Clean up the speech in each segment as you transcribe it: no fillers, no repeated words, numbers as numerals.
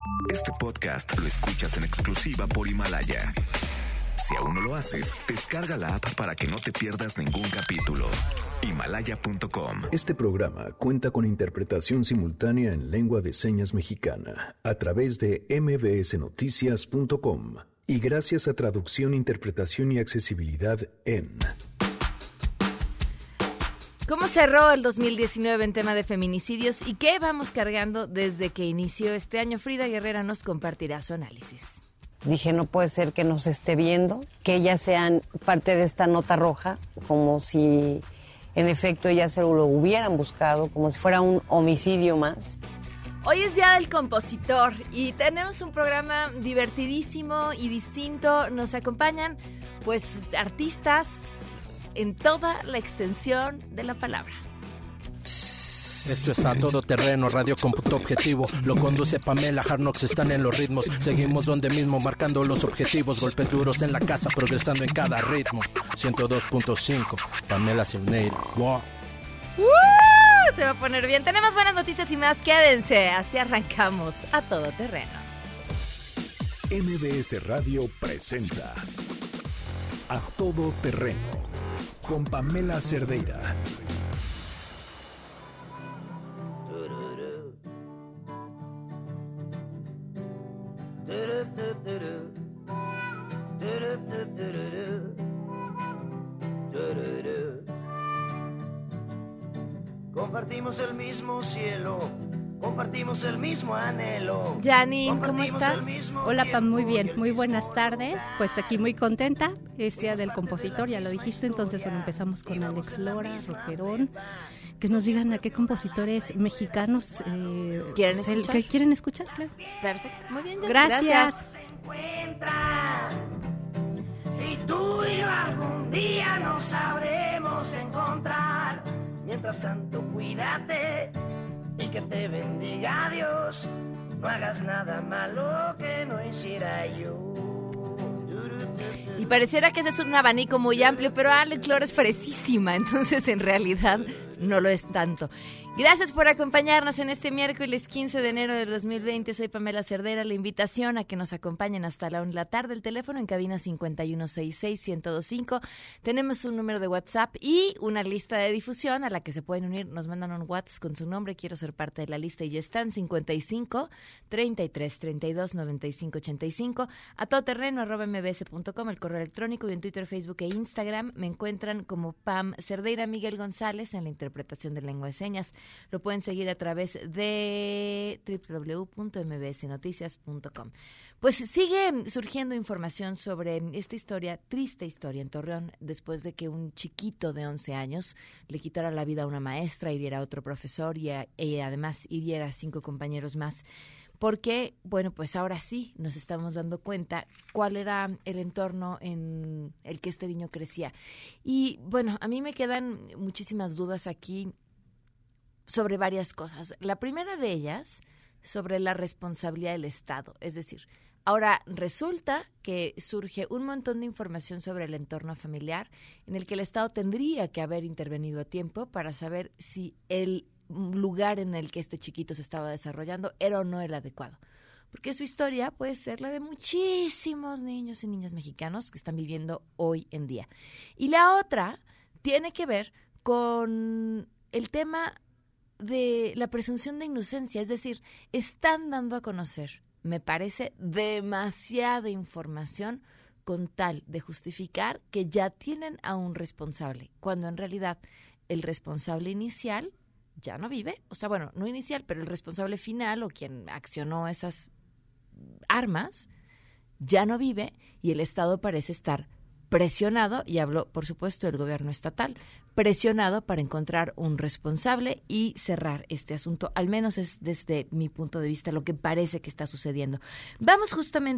Este podcast lo escuchas en exclusiva por Himalaya. Si aún no lo haces, descarga la app para que no te pierdas ningún capítulo. Himalaya.com. Este programa cuenta con interpretación simultánea en lengua de señas mexicana a través de mbsnoticias.com y gracias a traducción, interpretación y accesibilidad en... ¿Cómo cerró el 2019 en tema de feminicidios y qué vamos cargando desde que inició este año? Frida Guerrera nos compartirá su análisis. Dije, no puede ser que nos esté viendo, que ellas sean parte de esta nota roja, como si en efecto ellas se lo hubieran buscado, como si fuera un homicidio más. Hoy es Día del Compositor y tenemos un programa divertidísimo y distinto. Nos acompañan, pues, artistas en toda la extensión de la palabra. Esto es A Todo Terreno, Radio Cómputo Objetivo. Lo conduce Pamela Harnox, están en los ritmos. Seguimos donde mismo, marcando los objetivos. Golpes duros en la casa, progresando en cada ritmo. 102.5, Pamela Silneil. Wow. Se va a poner bien. Tenemos buenas noticias y más. Quédense, así arrancamos A Todo Terreno. MBS Radio presenta A Todo Terreno con Pamela Cerdeira. Compartimos el mismo cielo, compartimos el mismo anhelo. Janine, ¿cómo estás? Hola, Pam, muy bien, muy buenas tardes. Pues aquí muy contenta, es Día del Compositor, ya lo dijiste, entonces bueno, empezamos con Alex Lora, rockerón. Que nos digan a qué compositores mexicanos quieren escuchar. Claro. Perfecto, muy bien. Gracias. Y tú y yo algún día nos sabremos encontrar. Mientras tanto, cuídate y que te bendiga Dios. No hagas nada malo que no hiciera yo. Y pareciera que ese es un abanico muy amplio, pero Alex Lora es fresísima, entonces en realidad no lo es tanto. Gracias por acompañarnos en este miércoles 15 de enero del 2020. Soy Pamela Cerdeira. La invitación a que nos acompañen hasta la 1 de la tarde. El teléfono en cabina 5166-1025. Tenemos un número de WhatsApp y una lista de difusión a la que se pueden unir. Nos mandan un WhatsApp con su nombre. Quiero ser parte de la lista y ya están 55 33 32 95 85. A todoterreno@mbs.com, el correo electrónico, y en Twitter, Facebook e Instagram me encuentran como Pam Cerdeira. Miguel González en la interpretación de lengua de señas. Lo pueden seguir a través de www.mbsnoticias.com. Pues sigue surgiendo información sobre esta historia, triste historia en Torreón, después de que un chiquito de 11 años le quitara la vida a una maestra, hiriera a otro profesor y además hiriera a 5 compañeros más. Porque, bueno, pues ahora sí nos estamos dando cuenta cuál era el entorno en el que este niño crecía. Y, bueno, a mí me quedan muchísimas dudas aquí sobre varias cosas. La primera de ellas, sobre la responsabilidad del Estado. Es decir, ahora resulta que surge un montón de información sobre el entorno familiar en el que el Estado tendría que haber intervenido a tiempo para saber si el lugar en el que este chiquito se estaba desarrollando era o no el adecuado. Porque su historia puede ser la de muchísimos niños y niñas mexicanos que están viviendo hoy en día. Y la otra tiene que ver con el tema de la presunción de inocencia, es decir, están dando a conocer, me parece, demasiada información con tal de justificar que ya tienen a un responsable, cuando en realidad el responsable inicial ya no vive, o sea, bueno, no inicial, pero el responsable final o quien accionó esas armas ya no vive y el Estado parece estar presionado, y hablo, por supuesto, del gobierno estatal, presionado para encontrar un responsable y cerrar este asunto. Al menos es desde mi punto de vista lo que parece que está sucediendo. Vamos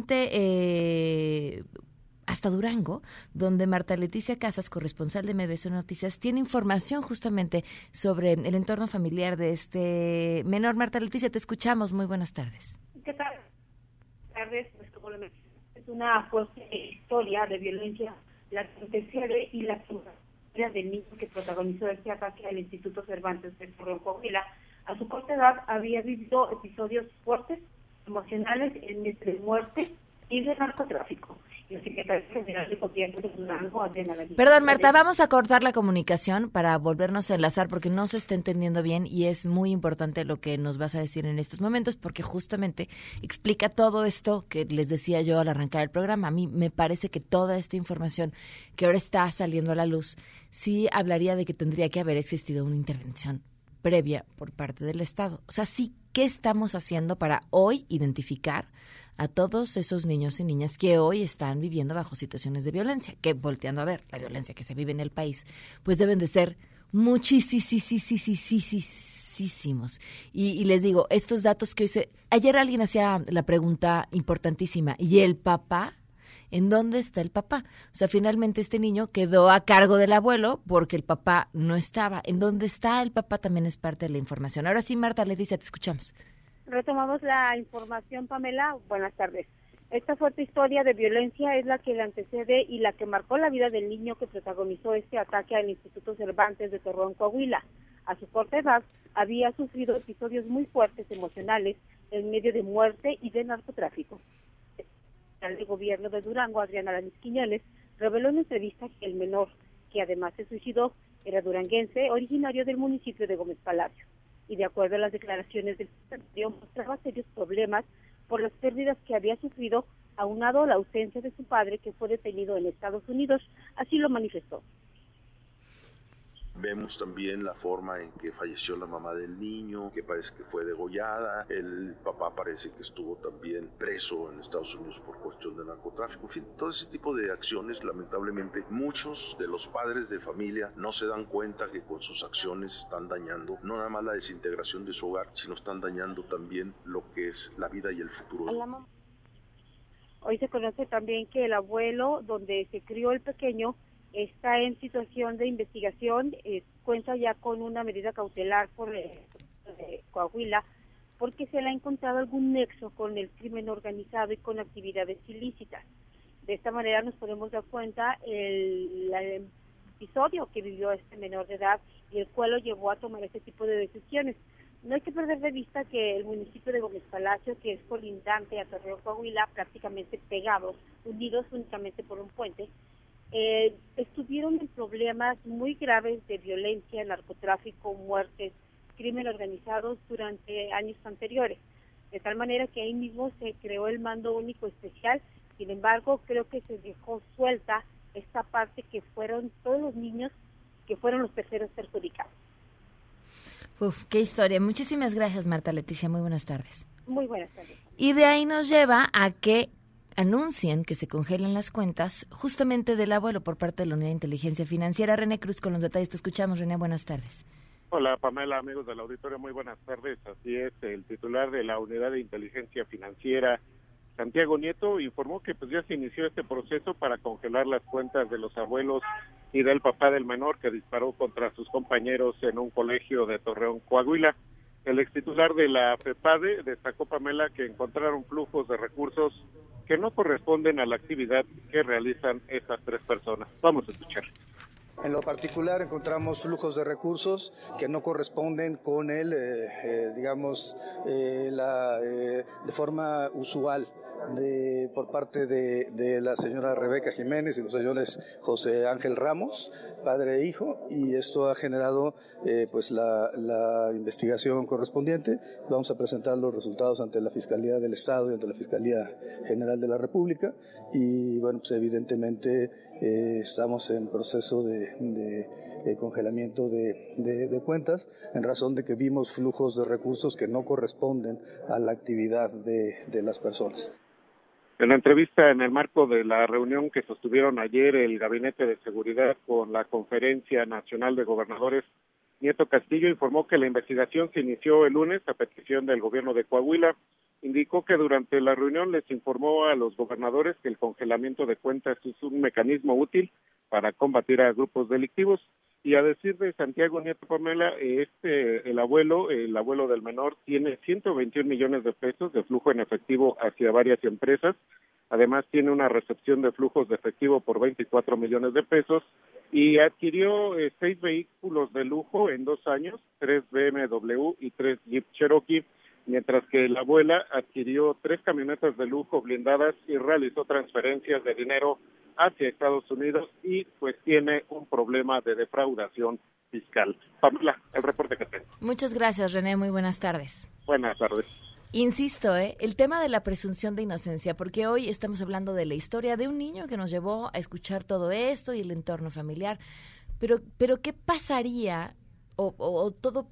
justamente hasta Durango, donde Marta Leticia Casas, corresponsal de MBS Noticias, tiene información justamente sobre el entorno familiar de este menor. Marta Leticia, te escuchamos. Muy buenas tardes. ¿Qué tal? Buenas tardes. Pues como lo mencioné, es una fuerte historia de violencia, la penitenciaria y la historia del niño que protagonizó este ataque al Instituto Cervantes de Torreón, Coahuila. A su corta edad había vivido episodios fuertes emocionales en medio de muerte y de narcotráfico. Y el secretario general de Gobierno de Durango, Adriana Lavilla. Perdón, Marta, vamos a cortar la comunicación para volvernos a enlazar porque no se está entendiendo bien y es muy importante lo que nos vas a decir en estos momentos porque justamente explica todo esto que les decía yo al arrancar el programa. A mí me parece que toda esta información que ahora está saliendo a la luz sí hablaría de que tendría que haber existido una intervención previa por parte del Estado. O sea, sí, ¿qué estamos haciendo para hoy identificar a todos esos niños y niñas que hoy están viviendo bajo situaciones de violencia? Que volteando a ver la violencia que se vive en el país, pues deben de ser muchísimos. Y les digo, estos datos que hoy ayer alguien hacía la pregunta importantísima, ¿y el papá? ¿En dónde está el papá? O sea, finalmente este niño quedó a cargo del abuelo porque el papá no estaba. ¿En dónde está el papá? También es parte de la información. Ahora sí, Marta Leticia, te escuchamos. Retomamos la información, Pamela. Buenas tardes. Esta fuerte historia de violencia es la que le antecede y la que marcó la vida del niño que protagonizó este ataque al Instituto Cervantes de Torreón, Coahuila. A su corta edad, había sufrido episodios muy fuertes emocionales en medio de muerte y de narcotráfico. El de Gobierno de Durango, Adriana Lavilla Quiñones, reveló en entrevista que el menor, que además se suicidó, era duranguense, originario del municipio de Gómez Palacio. Y de acuerdo a las declaraciones del secretario, mostraba serios problemas por las pérdidas que había sufrido, aunado a la ausencia de su padre, que fue detenido en Estados Unidos, así lo manifestó. Vemos también la forma en que falleció la mamá del niño, que parece que fue degollada. El papá parece que estuvo también preso en Estados Unidos por cuestión de narcotráfico. En fin, todo ese tipo de acciones, lamentablemente, muchos de los padres de familia no se dan cuenta que con sus acciones están dañando no nada más la desintegración de su hogar, sino están dañando también lo que es la vida y el futuro. Hoy se conoce también que el abuelo, donde se crió el pequeño, está en situación de investigación, cuenta ya con una medida cautelar por Coahuila, porque se le ha encontrado algún nexo con el crimen organizado y con actividades ilícitas. De esta manera nos podemos dar cuenta el episodio que vivió este menor de edad y el cual lo llevó a tomar este tipo de decisiones. No hay que perder de vista que el municipio de Gómez Palacio, que es colindante a Torreón, Coahuila, prácticamente pegados, unidos únicamente por un puente, estuvieron en problemas muy graves de violencia, narcotráfico, muertes, crimen organizados durante años anteriores. De tal manera que ahí mismo se creó el mando único especial. Sin embargo, creo que se dejó suelta esta parte que fueron todos los niños que fueron los terceros perjudicados. Uf, qué historia. Muchísimas gracias, Marta Leticia. Muy buenas tardes. Muy buenas tardes. Y de ahí nos lleva a que anuncian que se congelan las cuentas justamente del abuelo por parte de la Unidad de Inteligencia Financiera. René Cruz con los detalles. Te escuchamos, René. Buenas tardes. Hola, Pamela, amigos del auditorio. Muy buenas tardes. Así es, el titular de la Unidad de Inteligencia Financiera, Santiago Nieto, informó que pues ya se inició este proceso para congelar las cuentas de los abuelos y del papá del menor que disparó contra sus compañeros en un colegio de Torreón, Coahuila. El extitular de la FEPADE destacó, Pamela, que encontraron flujos de recursos que no corresponden a la actividad que realizan estas tres personas. Vamos a escuchar. En lo particular encontramos flujos de recursos que no corresponden con de forma usual por parte de la señora Rebeca Jiménez y los señores José Ángel Ramos, padre e hijo, y esto ha generado la investigación correspondiente. Vamos a presentar los resultados ante la Fiscalía del Estado y ante la Fiscalía General de la República y bueno, pues evidentemente estamos en proceso de congelamiento de cuentas en razón de que vimos flujos de recursos que no corresponden a la actividad de las personas. En la entrevista en el marco de la reunión que sostuvieron ayer el Gabinete de Seguridad con la Conferencia Nacional de Gobernadores, Nieto Castillo informó que la investigación se inició el lunes a petición del gobierno de Coahuila. Indicó que durante la reunión les informó a los gobernadores que el congelamiento de cuentas es un mecanismo útil para combatir a grupos delictivos. Y a decir de Santiago Nieto, Pamela, el abuelo del menor tiene 121 millones de pesos de flujo en efectivo hacia varias empresas. Además tiene una recepción de flujos de efectivo por 24 millones de pesos y adquirió 6 vehículos de lujo en 2 años, 3 BMW y 3 Jeep Cherokee, mientras que la abuela adquirió 3 camionetas de lujo blindadas y realizó transferencias de dinero hacia Estados Unidos y pues tiene un problema de defraudación fiscal. Pamela, el reporte que tengo. Muchas gracias, René. Muy buenas tardes. Buenas tardes. Insisto, el tema de la presunción de inocencia, porque hoy estamos hablando de la historia de un niño que nos llevó a escuchar todo esto y el entorno familiar, pero ¿qué pasaría o todo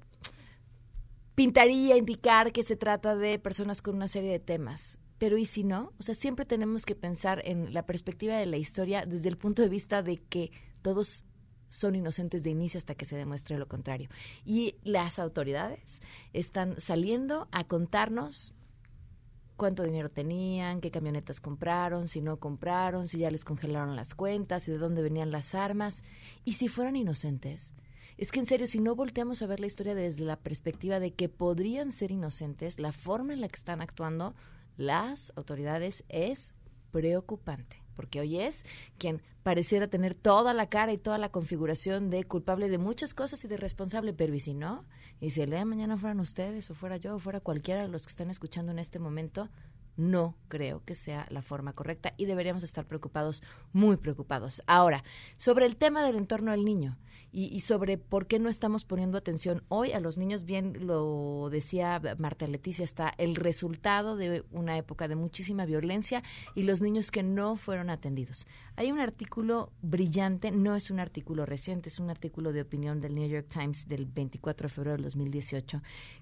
pintaría indicar que se trata de personas con una serie de temas? Pero ¿y si no? O sea, siempre tenemos que pensar en la perspectiva de la historia desde el punto de vista de que todos son inocentes de inicio hasta que se demuestre lo contrario. Y las autoridades están saliendo a contarnos cuánto dinero tenían, qué camionetas compraron, si no compraron, si ya les congelaron las cuentas, y de dónde venían las armas. Y si fueran inocentes, es que en serio, si no volteamos a ver la historia desde la perspectiva de que podrían ser inocentes, la forma en la que están actuando las autoridades es preocupante, porque hoy es quien pareciera tener toda la cara y toda la configuración de culpable de muchas cosas y de responsable, pero ¿y si no? Y si el día de mañana fueran ustedes o fuera yo o fuera cualquiera de los que están escuchando en este momento, no creo que sea la forma correcta y deberíamos estar preocupados, muy preocupados. Ahora, sobre el tema del entorno del niño y sobre por qué no estamos poniendo atención hoy a los niños, bien lo decía Marta Leticia, está el resultado de una época de muchísima violencia y los niños que no fueron atendidos. Hay un artículo brillante, no es un artículo reciente, es un artículo de opinión del New York Times del 24 de febrero del 2018,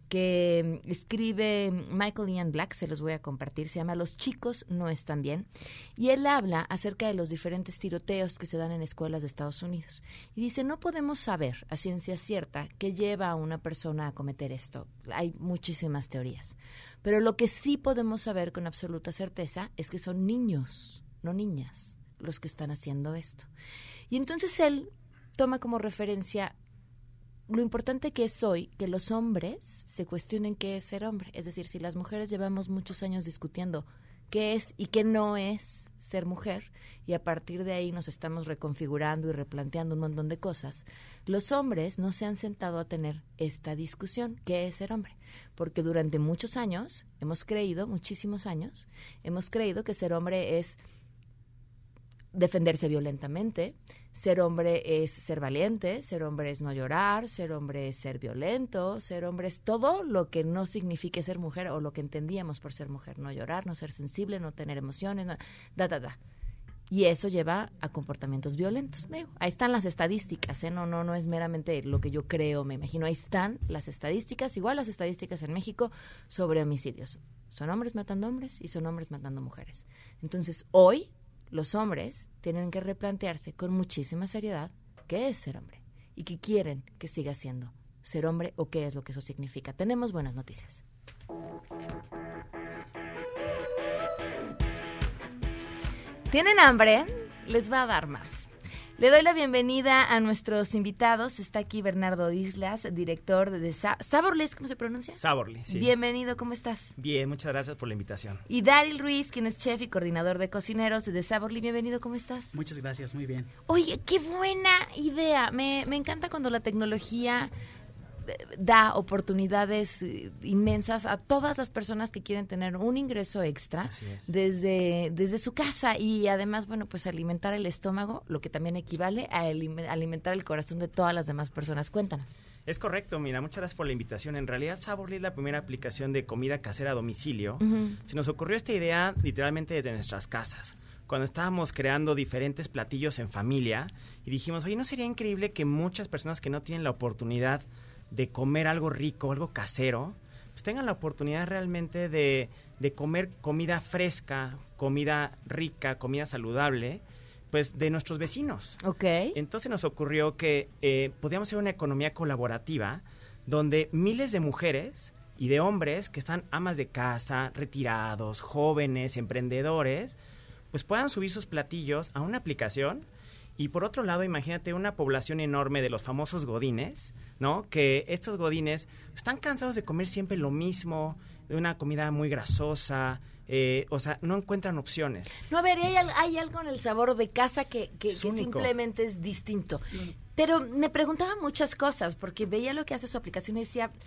que escribe Michael Ian Black, se los voy a compartir, se llama Los chicos no están bien, y él habla acerca de los diferentes tiroteos que se dan en escuelas de Estados Unidos. Y dice, no podemos saber a ciencia cierta qué lleva a una persona a cometer esto. Hay muchísimas teorías. Pero lo que sí podemos saber con absoluta certeza es que son niños, no niñas, los que están haciendo esto. Y entonces él toma como referencia lo importante que es hoy que los hombres se cuestionen qué es ser hombre. Es decir, si las mujeres llevamos muchos años discutiendo qué es y qué no es ser mujer, y a partir de ahí nos estamos reconfigurando y replanteando un montón de cosas, los hombres no se han sentado a tener esta discusión, qué es ser hombre, porque durante muchos años hemos creído, muchísimos años, hemos creído que ser hombre es defenderse violentamente, ser hombre es ser valiente, ser hombre es no llorar, ser hombre es ser violento, ser hombre es todo lo que no signifique ser mujer o lo que entendíamos por ser mujer, no llorar, no ser sensible, no tener emociones, Y eso lleva a comportamientos violentos. Ahí están las estadísticas, no es meramente lo que yo creo, me imagino. Ahí están las estadísticas, igual las estadísticas en México sobre homicidios. Son hombres matando hombres y son hombres matando mujeres. Entonces, hoy los hombres tienen que replantearse con muchísima seriedad qué es ser hombre y qué quieren que siga siendo ser hombre o qué es lo que eso significa. Tenemos buenas noticias. ¿Tienen hambre? Les va a dar más. Le doy la bienvenida a nuestros invitados. Está aquí Bernardo Islas, director de Saborly, ¿cómo se pronuncia? Saborly, sí. Bienvenido, ¿cómo estás? Bien, muchas gracias por la invitación. Y Daryl Ruiz, quien es chef y coordinador de cocineros de Saborly. Bienvenido, ¿cómo estás? Muchas gracias, muy bien. Oye, qué buena idea. Me encanta cuando la tecnología da oportunidades inmensas a todas las personas que quieren tener un ingreso extra desde su casa y además, bueno, pues alimentar el estómago, lo que también equivale a alimentar el corazón de todas las demás personas. Cuéntanos. Es correcto, mira, muchas gracias por la invitación. En realidad, Saborly es la primera aplicación de comida casera a domicilio. Se nos ocurrió esta idea literalmente desde nuestras casas, cuando estábamos creando diferentes platillos en familia y dijimos, oye, ¿no sería increíble que muchas personas que no tienen la oportunidad de comer algo rico, algo casero, pues tengan la oportunidad realmente de comer comida fresca, comida rica, comida saludable, pues de nuestros vecinos? Ok. Entonces nos ocurrió que podíamos hacer una economía colaborativa donde miles de mujeres y de hombres que están amas de casa, retirados, jóvenes, emprendedores, pues puedan subir sus platillos a una aplicación. Y por otro lado, imagínate una población enorme de los famosos godines, ¿no? Que estos godines están cansados de comer siempre lo mismo, de una comida muy grasosa, o sea, no encuentran opciones. No, a ver, hay algo en el sabor de casa que simplemente es distinto. Pero me preguntaba muchas cosas, porque veía lo que hace su aplicación y decía,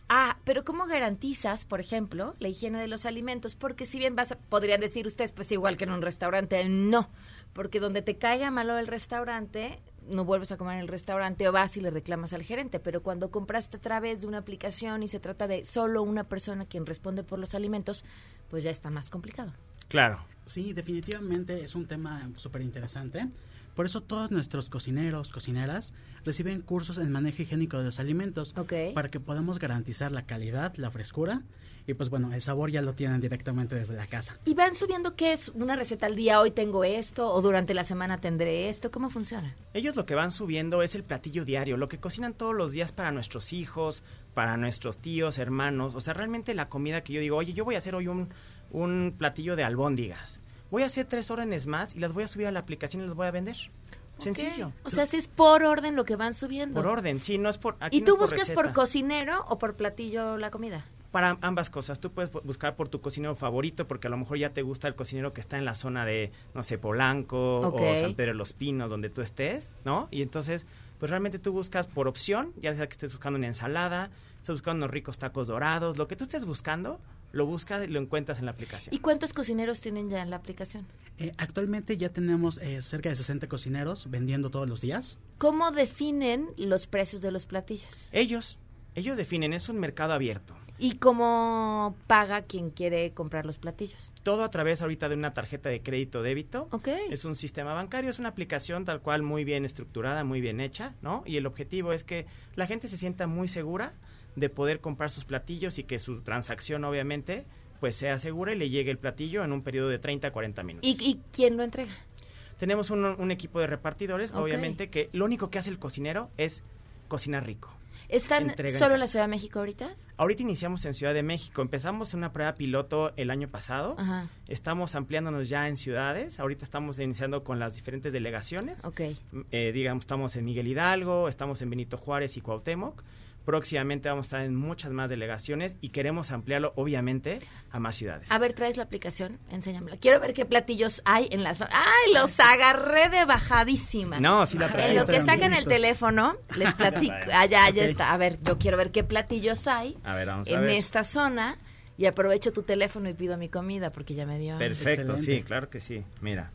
Pero ¿cómo garantizas, por ejemplo, la higiene de los alimentos? Porque si bien podrían decir ustedes, pues igual que en un restaurante, no, porque donde te caiga malo el restaurante, no vuelves a comer en el restaurante o vas y le reclamas al gerente, pero cuando compraste a través de una aplicación y se trata de solo una persona quien responde por los alimentos, pues ya está más complicado. Claro. Sí, definitivamente es un tema súper interesante. Por eso todos nuestros cocineros, cocineras, reciben cursos en manejo higiénico de los alimentos para que podamos garantizar la calidad, la frescura y pues bueno, el sabor ya lo tienen directamente desde la casa. ¿Y van subiendo qué es? ¿Una receta al día? ¿Hoy tengo esto? ¿O durante la semana tendré esto? ¿Cómo funciona? Ellos lo que van subiendo es el platillo diario, lo que cocinan todos los días para nuestros hijos, para nuestros tíos, hermanos. O sea, realmente la comida que yo digo, oye, yo voy a hacer hoy un platillo de albóndigas. Voy a hacer 3 órdenes más y las voy a subir a la aplicación y las voy a vender. Sencillo. O sea, si es por orden lo que van subiendo. Por orden, sí, no es por... Aquí ¿Y tú no es buscas receta. por cocinero o por platillo la comida? Para ambas cosas. Tú puedes buscar por tu cocinero favorito porque a lo mejor ya te gusta el cocinero que está en la zona de, no sé, Polanco o San Pedro de los Pinos, donde tú estés, ¿no? Y entonces, pues realmente tú buscas por opción, ya sea que estés buscando una ensalada, estés buscando unos ricos tacos dorados, lo que tú estés buscando, lo buscas y lo encuentras en la aplicación. ¿Y cuántos cocineros tienen ya en la aplicación? Actualmente ya tenemos cerca de 60 cocineros vendiendo todos los días. ¿Cómo definen los precios de los platillos? Ellos definen, es un mercado abierto. ¿Y cómo paga quien quiere comprar los platillos? Todo a través ahorita de una tarjeta de crédito débito. Okay. Es un sistema bancario, es una aplicación tal cual muy bien estructurada, muy bien hecha, ¿no? Y el objetivo es que la gente se sienta muy segura de poder comprar sus platillos y que su transacción obviamente pues sea segura y le llegue el platillo en un periodo de 30 a 40 minutos. ¿Y quién lo entrega? Tenemos un equipo de repartidores, obviamente, que lo único que hace el cocinero es cocinar rico. ¿Están solo en la Ciudad de México ahorita? Ahorita iniciamos en Ciudad de México. Empezamos en una prueba piloto el año pasado. Ajá. Estamos ampliándonos ya en ciudades. Ahorita estamos iniciando con las diferentes delegaciones. Digamos, estamos en Miguel Hidalgo, estamos en Benito Juárez y Cuauhtémoc. Próximamente vamos a estar en muchas más delegaciones y queremos ampliarlo, obviamente, a más ciudades. A ver, ¿traes la aplicación? Enséñamela. Quiero ver qué platillos hay en las... ¡Ay, los agarré de bajadísima! No, sí la traes. En lo que sacan el teléfono, les platico. Ya está. A ver, yo quiero ver qué platillos hay en esta zona y aprovecho tu teléfono y pido mi comida porque ya me dio... Perfecto, excelente. Sí, claro que sí. Mira.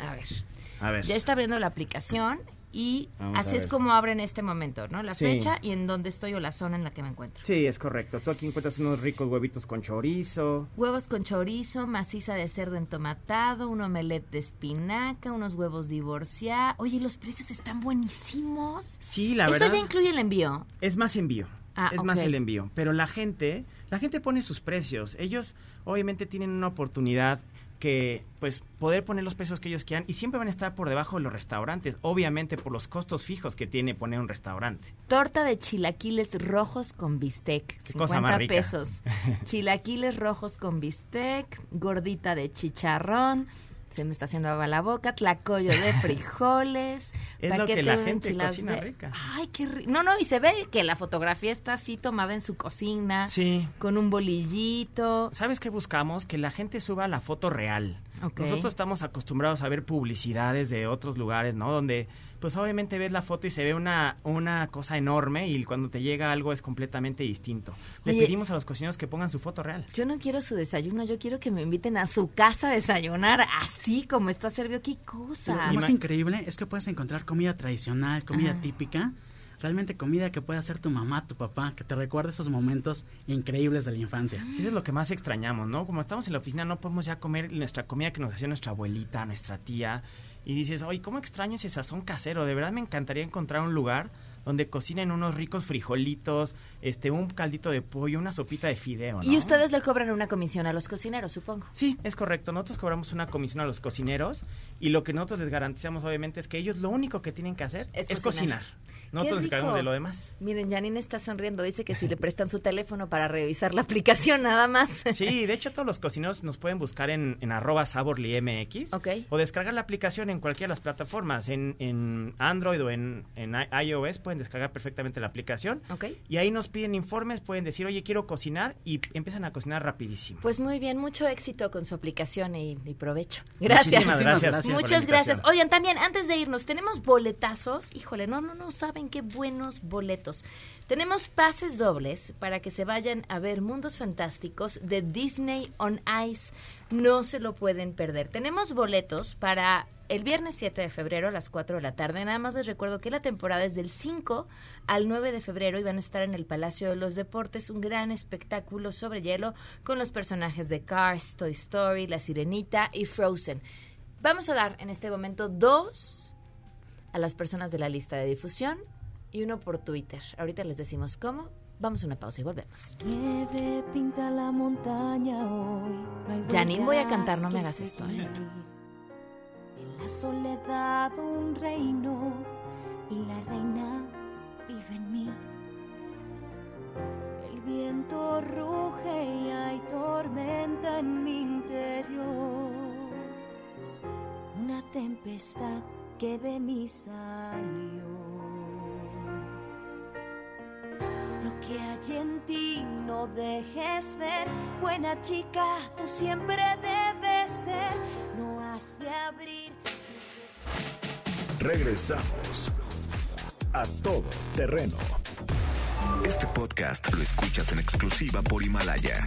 A ver. Ya está abriendo la aplicación. Y así es como abre en este momento, ¿no? La fecha y en dónde estoy o la zona en la que me encuentro. Sí, es correcto. Tú aquí encuentras unos ricos huevitos con chorizo. Huevos con chorizo, maciza de cerdo entomatado, un omelette de espinaca, unos huevos divorciados. Oye, los precios están buenísimos. Sí, la verdad. ¿Eso ya incluye el envío? Es más envío. Más el envío. Pero la gente pone sus precios. Ellos obviamente tienen una oportunidad que pues poder poner los precios que ellos quieran y siempre van a estar por debajo de los restaurantes, obviamente por los costos fijos que tiene poner un restaurante. Torta de chilaquiles rojos con bistec, 50 pesos. Chilaquiles rojos con bistec, gordita de chicharrón, se me está haciendo agua la boca, tlacoyo de frijoles, es lo que la gente cocina rica. Ay, qué rico. No, y se ve que la fotografía está así tomada en su cocina, con un bolillito. ¿Sabes qué buscamos? Que la gente suba la foto real. Nosotros estamos acostumbrados a ver publicidades de otros lugares, ¿no? Donde pues obviamente ves la foto y se ve una cosa enorme y cuando te llega algo es completamente distinto. Le pedimos a los cocineros que pongan su foto real. Yo no quiero su desayuno, yo quiero que me inviten a su casa a desayunar así como está servido. ¡Qué cosa! Lo más increíble es que puedes encontrar comida tradicional, comida típica, realmente comida que puede hacer tu mamá, tu papá, que te recuerde esos momentos increíbles de la infancia. Eso es lo que más extrañamos, ¿no? Como estamos en la oficina no podemos ya comer nuestra comida que nos hacía nuestra abuelita, nuestra tía. Y dices, oye, ¿cómo extraño ese sazón casero? De verdad me encantaría encontrar un lugar donde cocinen unos ricos frijolitos, un caldito de pollo, una sopita de fideo, ¿no? Y ustedes le cobran una comisión a los cocineros, supongo. Sí, es correcto. Nosotros cobramos una comisión a los cocineros y lo que nosotros les garantizamos, obviamente, es que ellos lo único que tienen que hacer es cocinar. Nosotros nos encargamos de lo demás. Miren, Janine está sonriendo. Dice que si le prestan su teléfono para revisar la aplicación, nada más. Sí, de hecho, todos los cocineros nos pueden buscar en @saborlymx o descargar la aplicación en cualquiera de las plataformas. En Android o en iOS pueden descargar perfectamente la aplicación. Y ahí nos piden informes, pueden decir, oye, quiero cocinar y empiezan a cocinar rapidísimo. Pues muy bien, mucho éxito con su aplicación y provecho. Gracias. Muchísimas gracias. Muchas gracias. Oigan, también, antes de irnos, tenemos boletazos. Híjole, no saben saben qué buenos boletos. Tenemos pases dobles para que se vayan a ver Mundos Fantásticos de Disney on Ice. No se lo pueden perder. Tenemos boletos para el viernes 7 de febrero a las 4 de la tarde. Nada más les recuerdo que la temporada es del 5 al 9 de febrero y van a estar en el Palacio de los Deportes, un gran espectáculo sobre hielo con los personajes de Cars, Toy Story, La Sirenita y Frozen. Vamos a dar en este momento 2 a las personas de la lista de difusión y 1 por Twitter. Ahorita les decimos cómo. Vamos a una pausa y volvemos. Nieve pinta la montaña hoy. No Janine, voy a cantar, no me hagas esto. En la soledad un reino y la reina vive en mí. El viento ruge y hay tormenta en mi interior. Una tempestad que de mí salió. Lo que hay en ti no dejes ver. Buena chica, tú siempre debes ser. No has de abrir. Regresamos a Todo Terreno. Este podcast lo escuchas en exclusiva por Himalaya.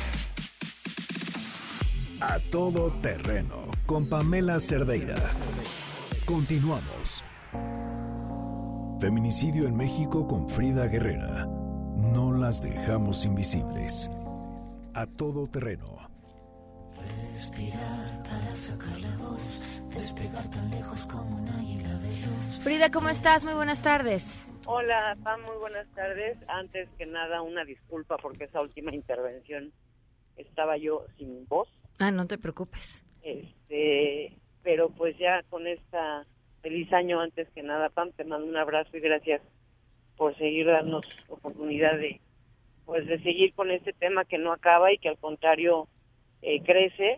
A Todo Terreno con Pamela Cerdeira. Continuamos. Feminicidio en México con Frida Guerrera. No las dejamos invisibles. A Todo Terreno. Respirar para sacar la voz, despegar tan lejos como un águila veloz. Frida, ¿cómo estás? Muy buenas tardes. Hola, Pam, muy buenas tardes. Antes que nada, una disculpa porque esa última intervención estaba yo sin voz. Ah, no te preocupes. Pero pues ya con esta feliz año, antes que nada, Pam, te mando un abrazo y gracias por seguir darnos oportunidad de seguir con este tema que no acaba y que al contrario crece.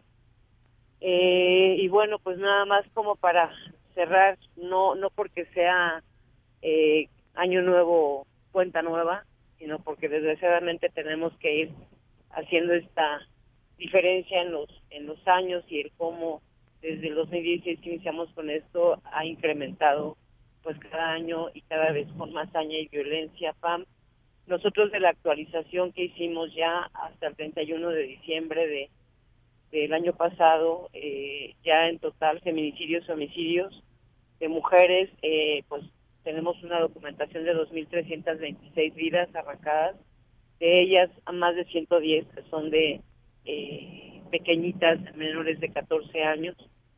Y bueno, pues nada más como para cerrar, no porque sea año nuevo, cuenta nueva, sino porque desgraciadamente tenemos que ir haciendo esta diferencia en los años y el cómo desde el 2016 que iniciamos con esto ha incrementado pues cada año y cada vez con más hazaña y violencia, Pam. Nosotros de la actualización que hicimos ya hasta el 31 de diciembre del año pasado, ya en total feminicidios y homicidios de mujeres, pues tenemos una documentación de 2.326 vidas arrancadas, de ellas más de 110 que son de pequeñitas menores de 14 años.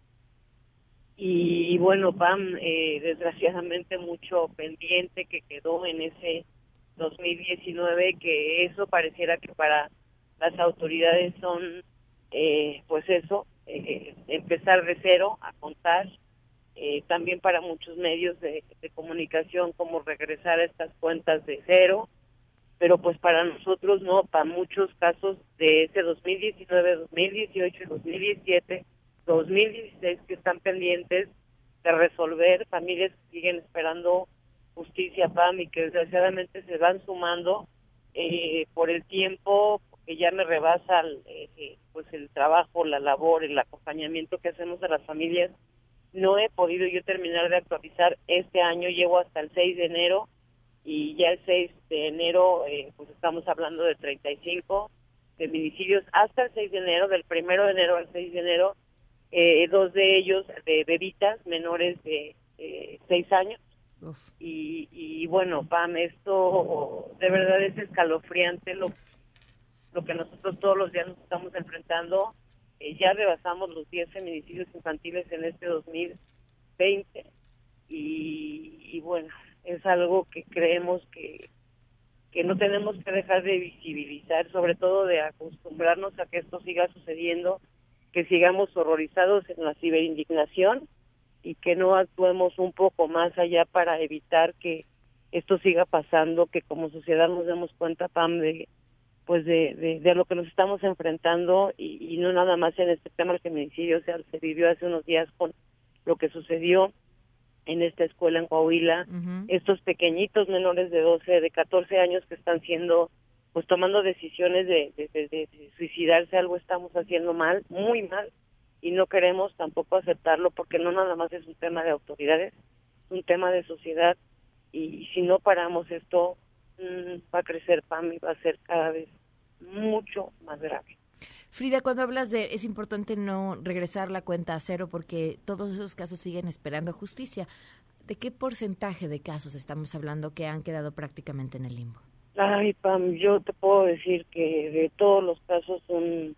Y bueno, Pam, desgraciadamente mucho pendiente que quedó en ese 2019, que eso pareciera que para las autoridades son, empezar de cero a contar, también para muchos medios de comunicación como regresar a estas cuentas de cero, pero pues para nosotros no, para muchos casos de ese 2019, 2018, 2017, 2016 que están pendientes de resolver, familias que siguen esperando justicia, Pam, y que desgraciadamente se van sumando por el tiempo, que ya me rebasa el trabajo, la labor, el acompañamiento que hacemos a las familias. No he podido yo terminar de actualizar este año, llego hasta el 6 de enero, y ya el 6 de enero, pues estamos hablando de 35 feminicidios hasta el 6 de enero, del 1 de enero al 6 de enero, 2 de ellos de bebitas menores de 6 años. Y bueno, Pam, esto de verdad es escalofriante lo que nosotros todos los días nos estamos enfrentando. Ya rebasamos los 10 feminicidios infantiles en este 2020 y bueno, es algo que creemos que no tenemos que dejar de visibilizar, sobre todo de acostumbrarnos a que esto siga sucediendo, que sigamos horrorizados en la ciberindignación y que no actuemos un poco más allá para evitar que esto siga pasando, que como sociedad nos demos cuenta, Pam, de lo que nos estamos enfrentando y no nada más en este tema del feminicidio. O sea, se vivió hace unos días con lo que sucedió en esta escuela en Coahuila, estos pequeñitos menores de 12, de 14 años que están siendo, pues tomando decisiones de suicidarse. Algo estamos haciendo mal, muy mal, y no queremos tampoco aceptarlo porque no nada más es un tema de autoridades, es un tema de sociedad y si no paramos esto, va a crecer, Pam, y va a ser cada vez mucho más grave. Frida, cuando hablas de es importante no regresar la cuenta a cero porque todos esos casos siguen esperando justicia, ¿de qué porcentaje de casos estamos hablando que han quedado prácticamente en el limbo? Ay, Pam, yo te puedo decir que de todos los casos un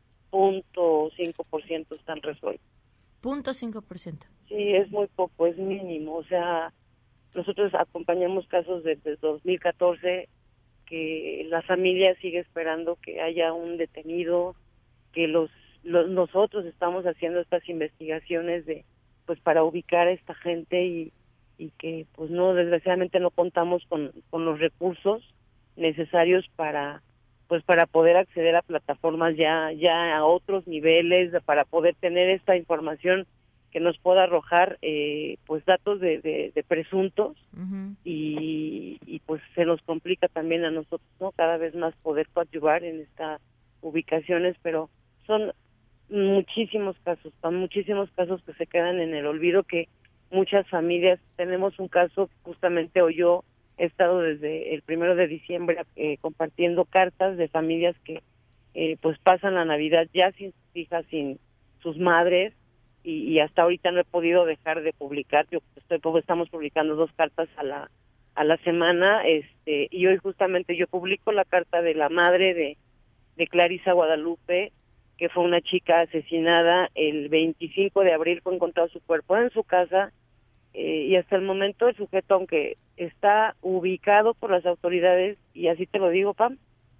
0.5% están resueltos. 0.5%. Sí, es muy poco, es mínimo. O sea, nosotros acompañamos casos desde 2014 que la familia sigue esperando que haya un detenido, que nosotros estamos haciendo estas investigaciones pues para ubicar a esta gente y que pues no, desgraciadamente no contamos con los recursos necesarios para poder acceder a plataformas ya a otros niveles, para poder tener esta información que nos pueda arrojar pues datos de presuntos. Uh-huh. y pues se nos complica también a nosotros, ¿no? Cada vez más poder coadyuvar en estas ubicaciones, pero son muchísimos casos que se quedan en el olvido, que muchas familias, tenemos un caso justamente hoy, yo he estado desde el 1 de diciembre compartiendo cartas de familias que pues pasan la Navidad ya sin sus hijas, sin sus madres, y hasta ahorita no he podido dejar de publicar. Estamos publicando 2 cartas a la semana, y hoy justamente yo publico la carta de la madre de Clarisa Guadalupe, que fue una chica asesinada el 25 de abril, fue encontrado su cuerpo en su casa, y hasta el momento el sujeto, aunque está ubicado por las autoridades, y así te lo digo, Pam,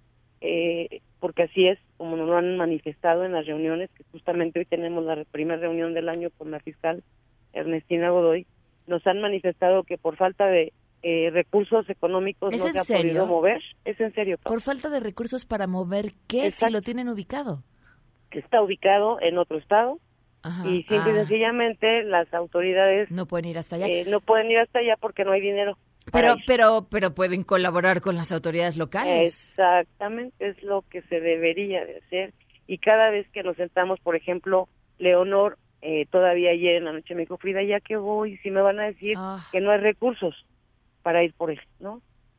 porque así es como nos lo han manifestado en las reuniones, que justamente hoy tenemos la primera reunión del año con la fiscal Ernestina Godoy, nos han manifestado que por falta de recursos económicos no se ha podido mover. Es en serio, Pam. ¿Por falta de recursos para mover qué? Exacto. Si lo tienen ubicado. Que está ubicado en otro estado. Ajá, y simple y sencillamente las autoridades no pueden ir hasta allá. No pueden ir hasta allá porque no hay dinero. Pero pueden colaborar con las autoridades locales. Exactamente, es lo que se debería de hacer. Y cada vez que nos sentamos, por ejemplo, Leonor, todavía ayer en la noche me dijo, Frida, ya que voy, si me van a decir que no hay recursos para ir por él, ¿no?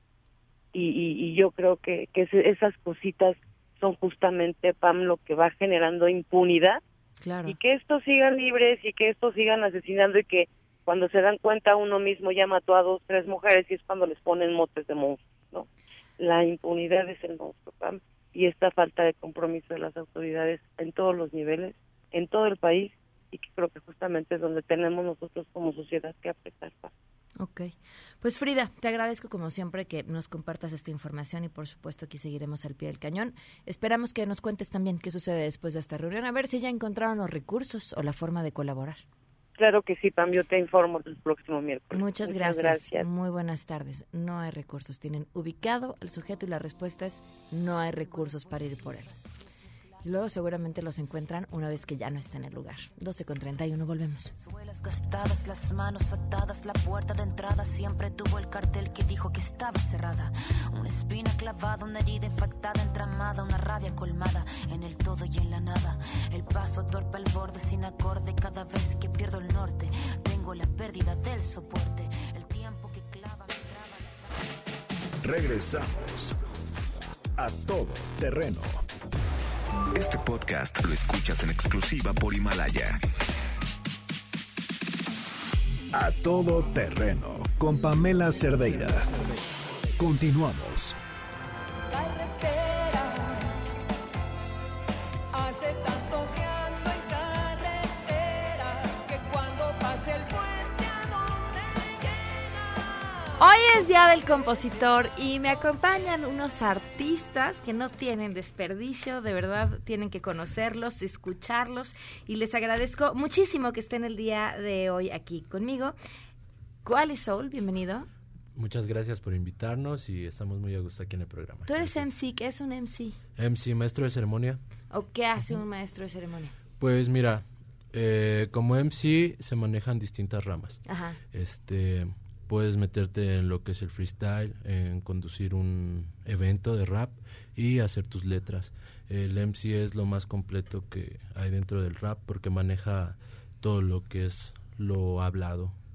Y yo creo que esas cositas son justamente, Pam, lo que va generando impunidad. Claro. Y que estos sigan libres y que estos sigan asesinando, y que cuando se dan cuenta uno mismo ya mató a 2, 3 mujeres, y es cuando les ponen motes de monstruos, ¿no? La impunidad es el monstruo, Pam, y esta falta de compromiso de las autoridades en todos los niveles, en todo el país, y que creo que justamente es donde tenemos nosotros como sociedad que apretar, Pam. Ok. Pues Frida, te agradezco como siempre que nos compartas esta información y por supuesto aquí seguiremos al pie del cañón. Esperamos que nos cuentes también qué sucede después de esta reunión, a ver si ya encontraron los recursos o la forma de colaborar. Claro que sí, Pam, yo te informo el próximo miércoles. Muchas gracias. Muy buenas tardes. No hay recursos. Tienen ubicado al sujeto y la respuesta es no hay recursos para ir por él. Y luego seguramente los encuentran una vez que ya no está en el lugar. 12:31, volvemos. Suelas gastadas, las manos atadas, la puerta de entrada siempre tuvo el cartel que dijo que estaba cerrada. Una espina clavada, una herida infectada, entramada, una rabia colmada en el todo y en la nada. El paso torpe al borde, sin acorde, cada vez que pierdo el norte. Tengo la pérdida del soporte, el tiempo que clava me traba. Regresamos a Todo Terreno. Este podcast lo escuchas en exclusiva por Himalaya. A Todo Terreno con Pamela Cerdeira. Continuamos. Hoy es Día del Compositor y me acompañan unos artistas que no tienen desperdicio, de verdad tienen que conocerlos, escucharlos, y les agradezco muchísimo que estén el día de hoy aquí conmigo. Quali Soul, bienvenido. Muchas gracias por invitarnos y estamos muy a gusto aquí en el programa. Tú eres MC, ¿qué es un MC? MC, maestro de ceremonia. ¿O qué hace un maestro de ceremonia? Pues mira, como MC se manejan distintas ramas. Ajá. Puedes meterte en lo que es el freestyle, en conducir un evento de rap y hacer tus letras. El MC es lo más completo que hay dentro del rap porque maneja todo lo que es lo hablado.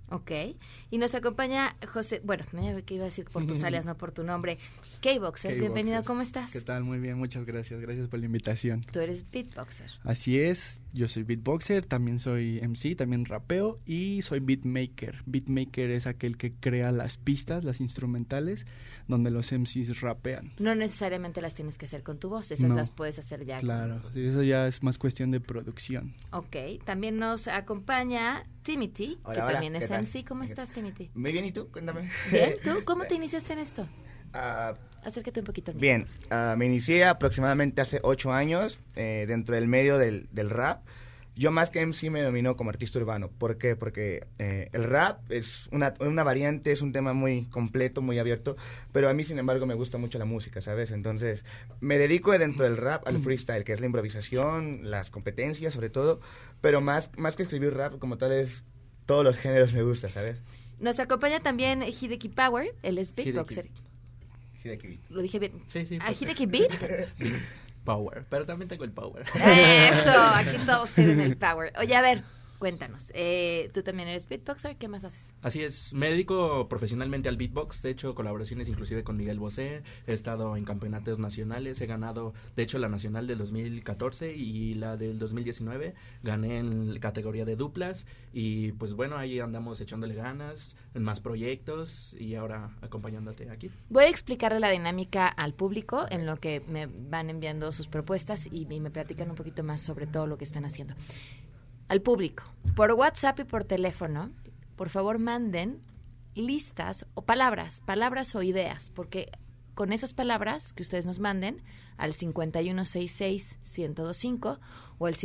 Ok. Y nos acompaña José, bueno, que iba a decir por tus alias, no por tu nombre. K-Boxer, bienvenido, ¿cómo estás? ¿Qué tal? Muy bien, muchas gracias. Gracias por la invitación. Tú eres beatboxer. Así es, yo soy beatboxer, también soy MC, también rapeo y soy beatmaker. Beatmaker es aquel que crea las pistas, las instrumentales, donde los MCs rapean. No necesariamente las tienes que hacer con tu voz, esas las puedes hacer ya. Claro, sí, eso ya es más cuestión de producción. Ok, también nos acompaña Timothy, que también es MC. ¿Cómo estás, Timothy? Muy bien, ¿y tú? Cuéntame. Bien, ¿tú? ¿Cómo te iniciaste en esto? Acércate un poquito. Bien, me inicié aproximadamente hace 8 años dentro del medio del rap. Yo más que MC me denomino como artista urbano. ¿Por qué? Porque el rap es una variante, es un tema muy completo, muy abierto, pero a mí, sin embargo, me gusta mucho la música, ¿sabes? Entonces, me dedico dentro del rap al freestyle, que es la improvisación, las competencias, sobre todo, pero más que escribir rap, como tal, es todos los géneros me gustan, ¿sabes? Nos acompaña también Hideki Power, él es beatboxer. Hideki Beat. ¿Lo dije bien? Sí. ¿Hideki Beat? Power, pero también tengo el power. Eso, aquí todos tienen el power. Oye, a ver, cuéntanos, tú también eres beatboxer, ¿qué más haces? Así es, me dedico profesionalmente al beatbox, he hecho colaboraciones inclusive con Miguel Bosé, he estado en campeonatos nacionales, he ganado, de hecho, la nacional del 2014 y la del 2019, gané en categoría de duplas y pues bueno, ahí andamos echándole ganas en más proyectos y ahora acompañándote aquí. Voy a explicarle la dinámica al público en lo que me van enviando sus propuestas y me platican un poquito más sobre todo lo que están haciendo. Al público, por WhatsApp y por teléfono, por favor manden listas o palabras o ideas, porque con esas palabras que ustedes nos manden al 5166-1025 o al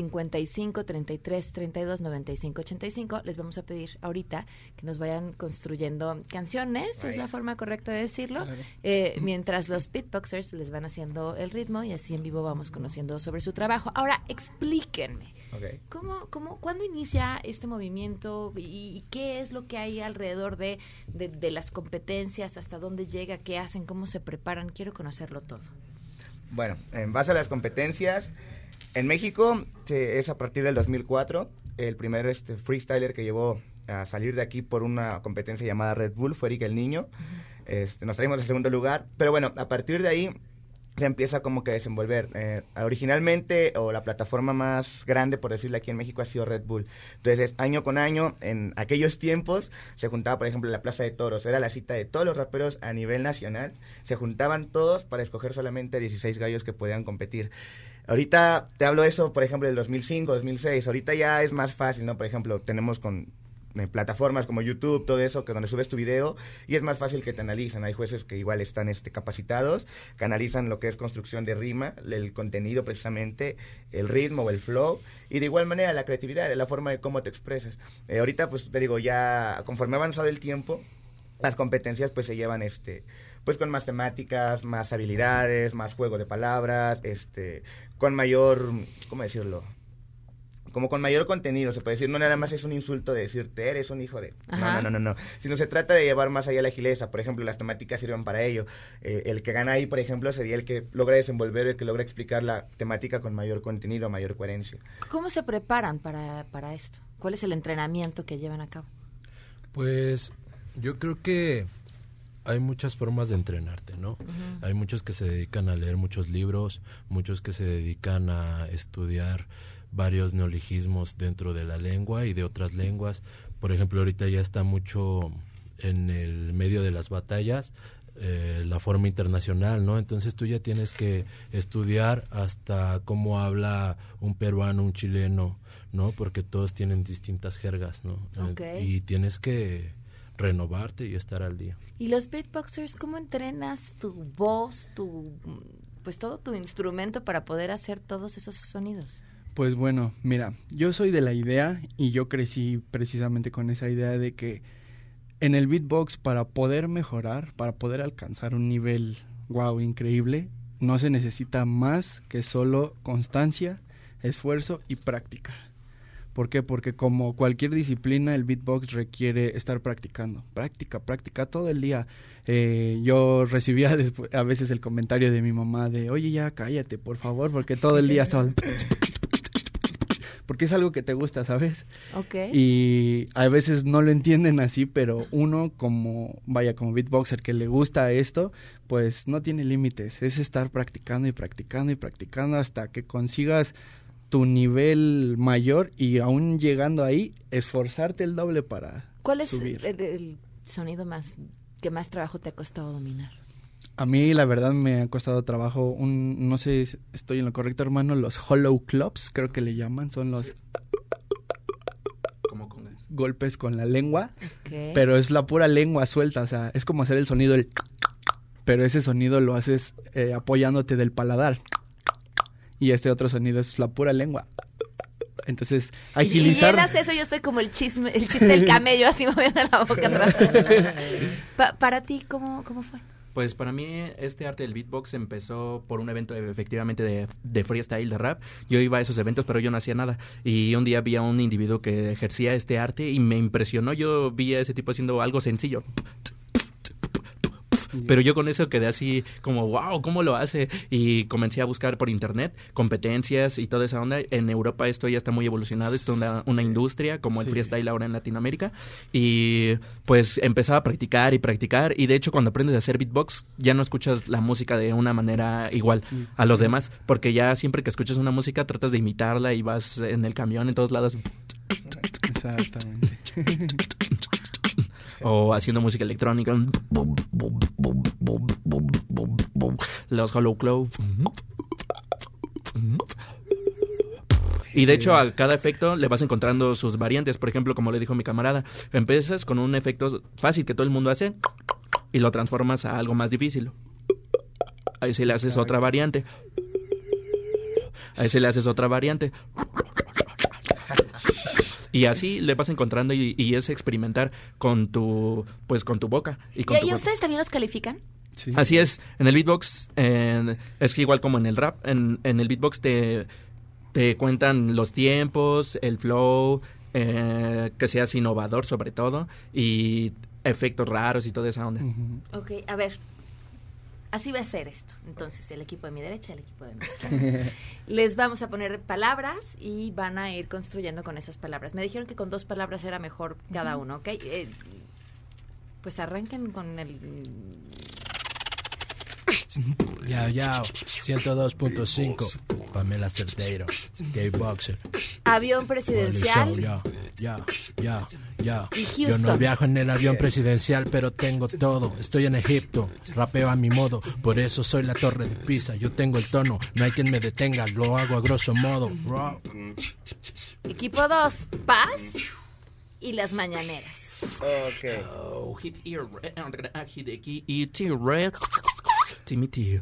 5533329585 les vamos a pedir ahorita que nos vayan construyendo canciones, es la forma correcta de decirlo, claro. Mientras los beatboxers les van haciendo el ritmo y así en vivo vamos conociendo sobre su trabajo. Ahora, explíquenme. Okay. ¿Cuándo inicia este movimiento y qué es lo que hay alrededor de las competencias? ¿Hasta dónde llega? ¿Qué hacen? ¿Cómo se preparan? Quiero conocerlo todo. Bueno, en base a las competencias, en México es a partir del 2004. El primer freestyler que llevó a salir de aquí por una competencia llamada Red Bull fue Eric el Niño. Nos traímos el segundo lugar. Pero bueno, a partir de ahí se empieza como que a desenvolver. Originalmente, o la plataforma más grande, por decirlo aquí en México, ha sido Red Bull. Entonces, año con año, en aquellos tiempos, se juntaba, por ejemplo, en la Plaza de Toros. Era la cita de todos los raperos a nivel nacional. Se juntaban todos para escoger solamente 16 gallos que podían competir. Ahorita te hablo de eso, por ejemplo, del 2005, 2006. Ahorita ya es más fácil, ¿no? Por ejemplo, tenemos con plataformas como YouTube, todo eso, que donde subes tu video y es más fácil que te analicen. Hay jueces que igual están capacitados, que analizan lo que es construcción de rima, el contenido precisamente, el ritmo o el flow, y de igual manera la creatividad, la forma de cómo te expresas. Ahorita, pues te digo, ya conforme ha avanzado el tiempo, las competencias pues se llevan pues con más temáticas, más habilidades, más juego de palabras, con mayor, ¿cómo decirlo? Como con mayor contenido, se puede decir, no nada más es un insulto de decirte, eres un hijo de... No, sino se trata de llevar más allá la agileza. Por ejemplo, las temáticas sirven para ello. El que gana ahí, por ejemplo, sería el que logra desenvolver, el que logra explicar la temática con mayor contenido, mayor coherencia. ¿Cómo se preparan para esto? ¿Cuál es el entrenamiento que llevan a cabo? Pues yo creo que hay muchas formas de entrenarte, ¿no? Uh-huh. Hay muchos que se dedican a leer muchos libros, muchos que se dedican a estudiar varios neologismos dentro de la lengua y de otras lenguas. Por ejemplo, ahorita ya está mucho en el medio de las batallas la forma internacional, ¿no? Entonces tú ya tienes que estudiar hasta cómo habla un peruano, un chileno, ¿no? Porque todos tienen distintas jergas, ¿no? Okay. Y tienes que renovarte y estar al día. ¿Y los beatboxers, cómo entrenas tu voz, pues todo tu instrumento para poder hacer todos esos sonidos? Pues bueno, mira, yo soy de la idea y yo crecí precisamente con esa idea de que en el beatbox, para poder mejorar, para poder alcanzar un nivel increíble, no se necesita más que solo constancia, esfuerzo y práctica. ¿Por qué? Porque como cualquier disciplina, el beatbox requiere estar practicando. Práctica todo el día. Yo recibía a veces el comentario de mi mamá de, oye, ya cállate, por favor, porque todo el día estaba... porque es algo que te gusta, ¿sabes? Okay. Y a veces no lo entienden así, pero uno como beatboxer que le gusta esto, pues no tiene límites, es estar practicando y practicando y practicando hasta que consigas tu nivel mayor y aún llegando ahí, esforzarte el doble para ¿Cuál es subir. el sonido que más trabajo te ha costado dominar? A mí la verdad me ha costado trabajo, no sé si estoy en lo correcto, hermano, los hollow clubs, creo que le llaman, son los golpes con la lengua, pero es la pura lengua suelta, o sea, es como hacer el sonido pero ese sonido lo haces apoyándote del paladar, y este otro sonido es la pura lengua. Entonces, agilizar... Y él hace eso, yo estoy como el chiste del camello, así moviendo la boca atrás. Para ti, ¿cómo fue? Pues para mí este arte del beatbox empezó por un evento efectivamente de freestyle, de rap. Yo iba a esos eventos, pero yo no hacía nada. Y un día vi a un individuo que ejercía este arte y me impresionó. Yo vi a ese tipo haciendo algo sencillo. Pero yo con eso quedé así como, wow, ¿cómo lo hace? Y comencé a buscar por internet competencias y toda esa onda. En Europa esto ya está muy evolucionado, esto es una industria como el freestyle ahora en Latinoamérica. Y pues empezaba a practicar y practicar. Y de hecho cuando aprendes a hacer beatbox ya no escuchas la música de una manera igual a los demás. Porque ya siempre que escuchas una música tratas de imitarla y vas en el camión en todos lados. Exactamente. O haciendo música electrónica. Los hollow club. Y de hecho a cada efecto le vas encontrando sus variantes. Por ejemplo, como le dijo mi camarada, empiezas con un efecto fácil que todo el mundo hace y lo transformas a algo más difícil. Ahí sí le haces otra variante. Ahí sí le haces otra variante. Y así le vas encontrando y es experimentar con tu boca. ¿Y ustedes también los califican? Sí. Así es. En el beatbox es que igual como en el rap, en el beatbox te cuentan los tiempos, el flow, que seas innovador sobre todo y efectos raros y toda esa onda. Ok, a ver. Así va a ser esto. Entonces, el equipo de mi derecha, el equipo de mi izquierda. Les vamos a poner palabras y van a ir construyendo con esas palabras. Me dijeron que con 2 palabras era mejor cada uno, ¿ok? Pues arranquen con el... Ya, 102.5, Pamela Cerdeiro, gay boxer. Avión presidencial. Ya. Y Houston. Yo no viajo en el avión presidencial, pero tengo todo. Estoy en Egipto, rapeo a mi modo, por eso soy la Torre de Pisa. Yo tengo el tono, no hay quien me detenga, lo hago a grosso modo. Equipo 2, Paz y las mañaneras. Ok. Hit aquí y red. Timothy.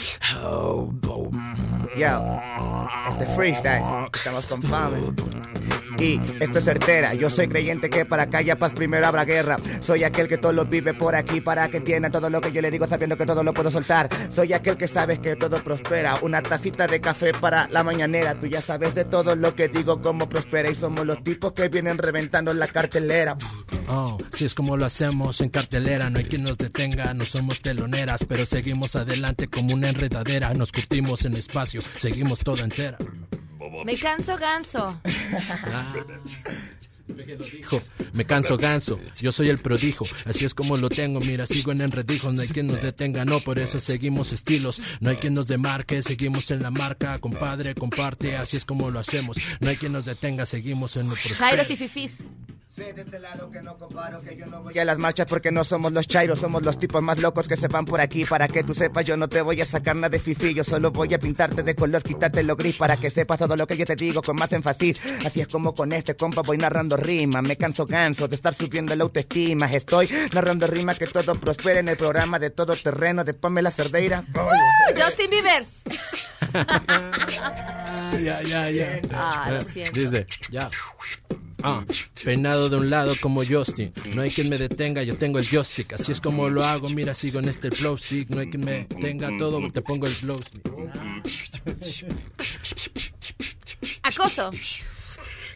Yo, este freestyle, estamos con Pamela. Y esto es certera, yo soy creyente que para que haya paz primero habrá guerra. Soy aquel que todo lo vive por aquí para que entienda todo lo que yo le digo sabiendo que todo lo puedo soltar. Soy aquel que sabes que todo prospera. Una tacita de café para la mañanera. Tú ya sabes de todo lo que digo cómo prospera. Y somos los tipos que vienen reventando la cartelera. Si es como lo hacemos en cartelera, no hay quien nos detenga. No somos teloneras, pero seguimos adelante como una enredadera. Nos curtimos en espacio, seguimos toda entera. Me canso ganso. Me canso ganso, yo soy el prodijo, así es como lo tengo, mira, sigo en enredijo, no hay quien nos detenga, no, por eso seguimos estilos, no hay quien nos demarque, seguimos en la marca, compadre, comparte, así es como lo hacemos, no hay quien nos detenga, seguimos en nuestro... Jairos y fifís. Sé de este lado que no comparo, que yo no voy a las marchas porque no somos los chairos, somos los tipos más locos que se van por aquí. Para que tú sepas, yo no te voy a sacar nada de fifí, yo solo voy a pintarte de color, quitarte lo gris para que sepas todo lo que yo te digo con más énfasis. Así es como con este compa voy narrando rimas, me canso ganso de estar subiendo la autoestima. Estoy narrando rimas que todo prospere en el programa de todo terreno de Pamela Cerdeira. Justin Bieber. Ya. Lo siento. Dice, ya. Peinado de un lado como Justin, no hay quien me detenga, yo tengo el joystick, así es como lo hago, mira, sigo en este flow stick, no hay quien me detenga, todo te pongo el flow stick. Acoso.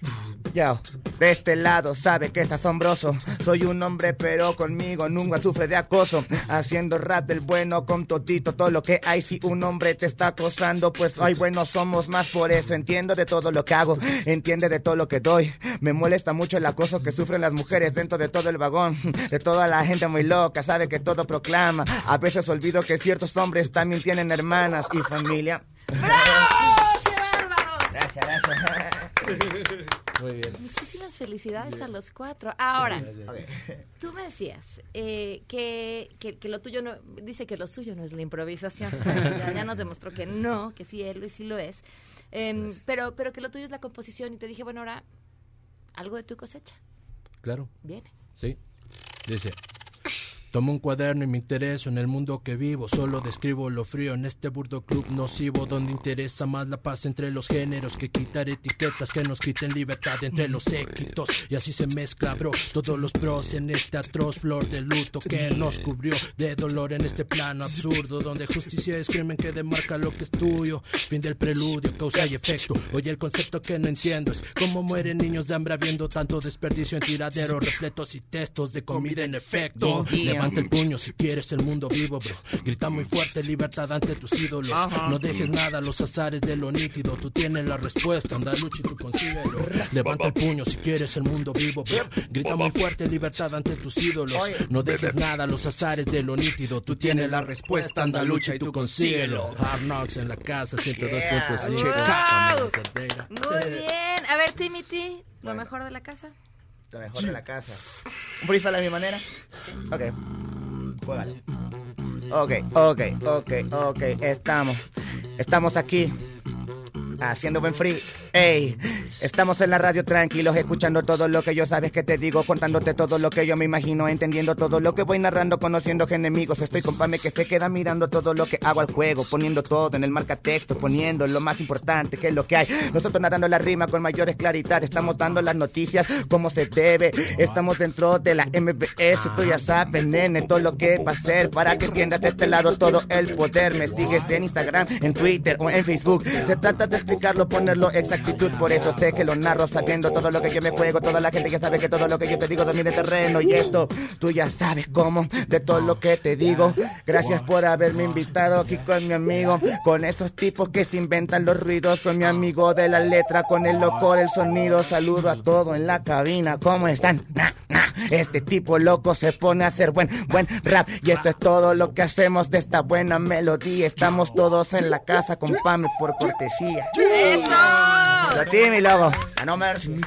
Yo, de este lado sabe que es asombroso. Soy un hombre pero conmigo nunca sufre de acoso. Haciendo rap del bueno con todito todo lo que hay. Si un hombre te está acosando, pues ay bueno somos más por eso. Entiendo de todo lo que hago, entiende de todo lo que doy. Me molesta mucho el acoso que sufren las mujeres dentro de todo el vagón. De toda la gente muy loca, sabe que todo proclama. A veces olvido que ciertos hombres también tienen hermanas y familia. ¡Bravo! ¡Qué bárbaros! Gracias. Muy bien. Muchísimas felicidades a los 4. Ahora, Okay. tú me decías que lo tuyo no, dice que lo suyo no es la improvisación. Ya nos demostró que no, que sí, él sí lo es. Pero que lo tuyo es la composición y te dije, bueno, ahora algo de tu cosecha. Claro. Viene. Sí. Dice: tomo un cuaderno y me intereso en el mundo que vivo. Solo describo lo frío en este burdo club nocivo, donde interesa más la paz entre los géneros que quitar etiquetas que nos quiten libertad entre los séquitos. Y así se mezcla, bro, todos los pros en este atroz flor de luto que nos cubrió de dolor en este plano absurdo, donde justicia es crimen que demarca lo que es tuyo. Fin del preludio, causa y efecto. Oye, el concepto que no entiendo es cómo mueren niños de hambre habiendo tanto desperdicio en tiraderos repletos y textos de comida en efecto. Levanta el puño si quieres el mundo vivo, bro. Grita muy fuerte, libertad ante tus ídolos. No dejes nada a los azares de lo nítido. Tú tienes la respuesta, anda, lucha y tú consíguelo. Levanta el puño si quieres el mundo vivo, bro. Grita muy fuerte, libertad ante tus ídolos. No dejes nada a los azares de lo nítido. Tú tienes la respuesta, anda, lucha y tú consíguelo. Hard Knocks en la casa, 102.5. Muy bien. A ver, Timothy, lo mejor de la casa. Lo mejor de la casa. ¿Un freestyle a mi manera? Ok. Juégale. Ok. Estamos aquí haciendo buen free. Ey, estamos en la radio tranquilos, escuchando todo lo que yo sabes que te digo, contándote todo lo que yo me imagino, entendiendo todo lo que voy narrando, conociendo enemigos. Estoy con Pame que se queda mirando todo lo que hago al juego, poniendo todo en el marcatexto, poniendo lo más importante que es lo que hay. Nosotros narrando la rima con mayores claridad, estamos dando las noticias como se debe. Estamos dentro de la MBS, tú ya sabes, nene, todo lo que va a ser para que entiendas de este lado todo el poder. Me sigues en Instagram, en Twitter o en Facebook. Se trata de explicarlo, ponerlo exactitud, por eso sé que lo narro sabiendo todo lo que yo me juego. Toda la gente ya sabe que todo lo que yo te digo domina el terreno, y esto tú ya sabes cómo, de todo lo que te digo. Gracias por haberme invitado aquí con mi amigo, con esos tipos que se inventan los ruidos, con mi amigo de la letra, con el loco del sonido. Saludo a todo en la cabina, ¿cómo están? Este tipo loco se pone a hacer buen rap, y esto es todo lo que hacemos de esta buena melodía. Estamos todos en la casa con Pame por cortesía. ¡Eso! Lo tiene, mi lobo. A no mercy. Muy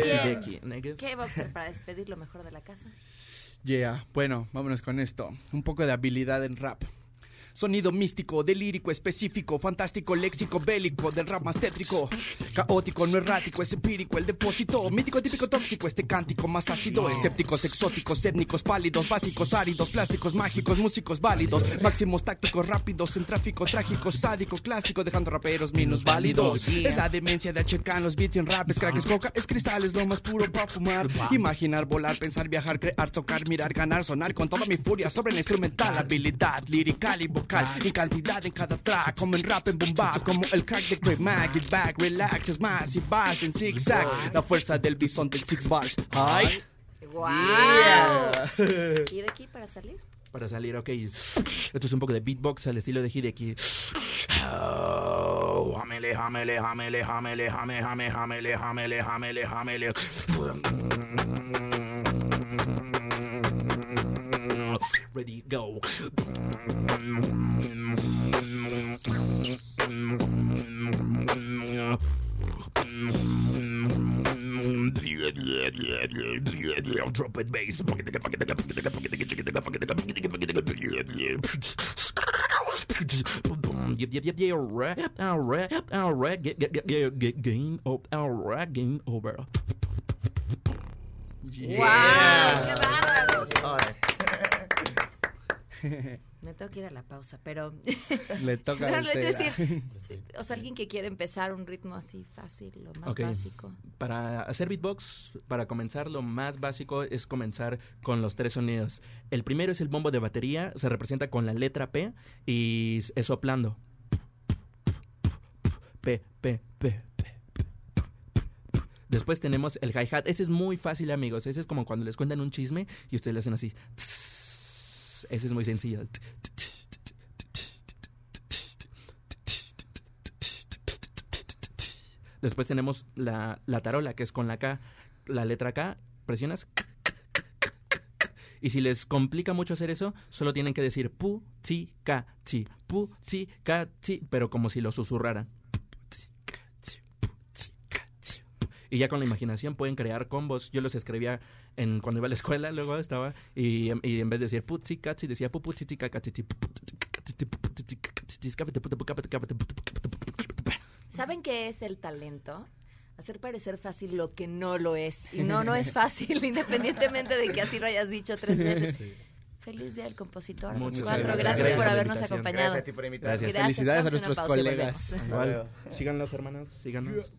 bien. ¿Qué, Boxer, para despedir lo mejor de la casa? Yeah, bueno, vámonos con esto. Un poco de habilidad en rap. Sonido místico, delírico, específico, fantástico, léxico, bélico, del rap más tétrico. Caótico, no errático, es empírico, el depósito. Mítico, típico, tóxico, este cántico más ácido. Escépticos, exóticos, étnicos, pálidos, básicos, áridos, plásticos, mágicos, músicos válidos. Máximos tácticos, rápidos, en tráfico, trágico, sádico, clásico, dejando raperos minusválidos. Es la demencia de achecar los beats en rap, es crack, es coca, es cristal, es lo más puro para fumar. Imaginar, volar, pensar, viajar, crear, tocar, mirar, ganar, sonar con toda mi furia sobre el instrumental. Habilidad, lirical y vocal, en cantidad en cada track, como en rap en bomba, como el crack de Craig Mack. Get back, relax, es más y vas en zigzag. La fuerza del bisón del Six Bars. ¡Ay! ¡Wow! Yeah. ¿Y de aquí para salir? Para salir, ok. Esto es un poco de beatbox al estilo de Hideki. Jamele, jamele, jamele, jamele, jamele, jamele, jamele, jamele, jamele. Ready, go. Drop it bass. Game over. ¡Wow! ¡Qué bárbaros! Me tengo que ir a la pausa, pero... Le toca pero les decir, o sea, alguien que quiere empezar un ritmo así fácil, lo más básico. Para hacer beatbox, para comenzar, lo más básico es comenzar con los 3 sonidos. El primero es el bombo de batería, se representa con la letra P y es soplando. P, P, P. Después tenemos el hi-hat. Ese es muy fácil, amigos. Ese es como cuando les cuentan un chisme y ustedes le hacen así. Ese es muy sencillo. Después tenemos la tarola, que es con la K, la letra K, presionas. Y si les complica mucho hacer eso, solo tienen que decir pu, ti, ka, ti, pu, ti, ka, ti, pero como si lo susurraran. Y ya con la imaginación pueden crear combos. Yo los escribía cuando iba a la escuela, luego estaba, y en vez de decir pu, ti, ka, ti, decía pu, ti, ti, ka, ti, ti. ¿Saben qué es el talento? Hacer parecer fácil lo que no lo es. Y no es fácil, independientemente de que así lo hayas dicho 3 veces. Sí. Feliz Día del Compositor. Muchas gracias por habernos acompañado. Gracias a ti por invitarnos. Gracias. Felicidades a nuestros colegas. Igual. Síganos, hermanos. Síganos.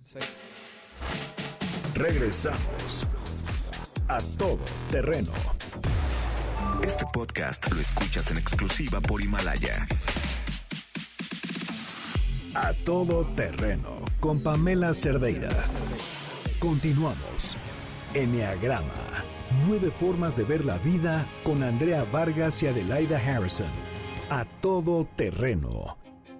Regresamos a Todo Terreno. Este podcast lo escuchas en exclusiva por Himalaya. A Todo Terreno con Pamela Cerdeira. Continuamos. Enneagrama. 9 formas de ver la vida con Andrea Vargas y Adelaida Harrison. A Todo Terreno.